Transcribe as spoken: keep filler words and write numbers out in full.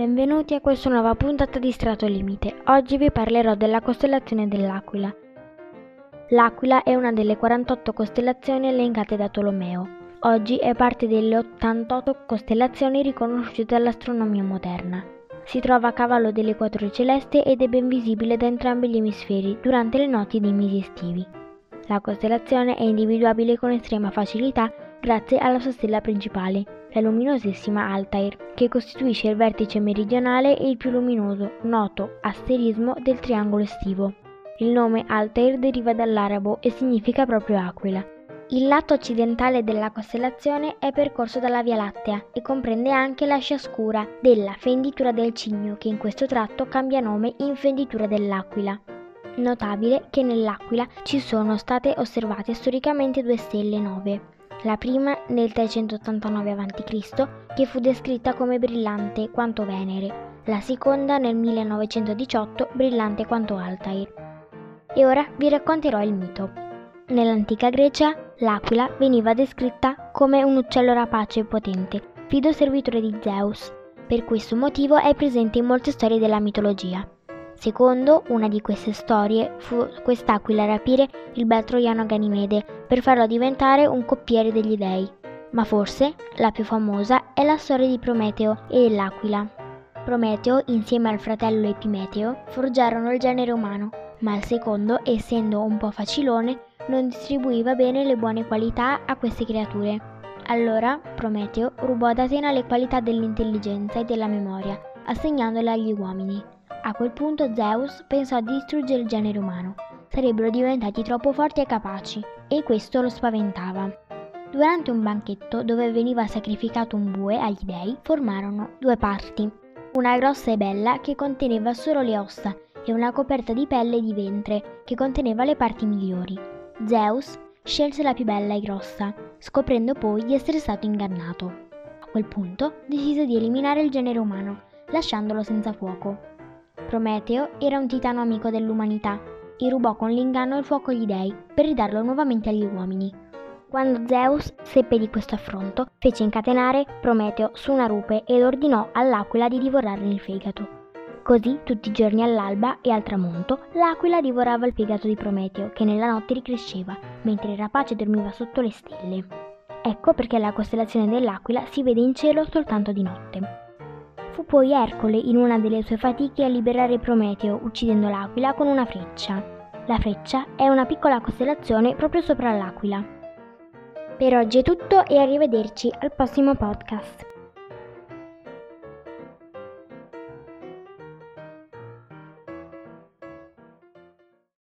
Benvenuti a questa nuova puntata di Strato Limite. Oggi vi parlerò della costellazione dell'Aquila. L'Aquila è una delle quarantotto costellazioni elencate da Tolomeo. Oggi è parte delle ottantotto costellazioni riconosciute dall'astronomia moderna. Si trova a cavallo dell'equatore celeste ed è ben visibile da entrambi gli emisferi durante le notti dei mesi estivi. La costellazione è individuabile con estrema facilità grazie alla sua stella principale, la luminosissima Altair, che costituisce il vertice meridionale e il più luminoso, noto asterismo del triangolo estivo. Il nome Altair deriva dall'arabo e significa proprio aquila. Il lato occidentale della costellazione è percorso dalla Via Lattea e comprende anche la scia scura della Fenditura del Cigno, che in questo tratto cambia nome in Fenditura dell'Aquila. Notabile che nell'Aquila ci sono state osservate storicamente due stelle nove. La prima nel trecentottantanove avanti Cristo, che fu descritta come brillante quanto Venere, la seconda nel millenovecentodiciotto, brillante quanto Altair. E ora vi racconterò il mito. Nell'antica Grecia, l'Aquila veniva descritta come un uccello rapace e potente, fido servitore di Zeus. Per questo motivo è presente in molte storie della mitologia. Secondo una di queste storie fu quest'aquila a rapire il bel troiano Ganimede per farlo diventare un coppiere degli dei. Ma forse la più famosa è la storia di Prometeo e dell'aquila. Prometeo, insieme al fratello Epimeteo, forgiarono il genere umano, ma il secondo, essendo un po' facilone, non distribuiva bene le buone qualità a queste creature. Allora Prometeo rubò ad Atena le qualità dell'intelligenza e della memoria, assegnandole agli uomini. A quel punto Zeus pensò di distruggere il genere umano. Sarebbero diventati troppo forti e capaci, e questo lo spaventava. Durante un banchetto dove veniva sacrificato un bue agli dei, formarono due parti. Una grossa e bella che conteneva solo le ossa e una coperta di pelle di ventre che conteneva le parti migliori. Zeus scelse la più bella e grossa, scoprendo poi di essere stato ingannato. A quel punto decise di eliminare il genere umano, lasciandolo senza fuoco. Prometeo era un titano amico dell'umanità e rubò con l'inganno il fuoco agli dei per ridarlo nuovamente agli uomini. Quando Zeus seppe di questo affronto, fece incatenare Prometeo su una rupe ed ordinò all'aquila di divorarne il fegato. Così, tutti i giorni all'alba e al tramonto, l'aquila divorava il fegato di Prometeo, che nella notte ricresceva, mentre il rapace dormiva sotto le stelle. Ecco perché la costellazione dell'Aquila si vede in cielo soltanto di notte. Fu poi Ercole, in una delle sue fatiche, a liberare Prometeo, uccidendo l'aquila con una freccia. La freccia è una piccola costellazione proprio sopra l'aquila. Per oggi è tutto e arrivederci al prossimo podcast.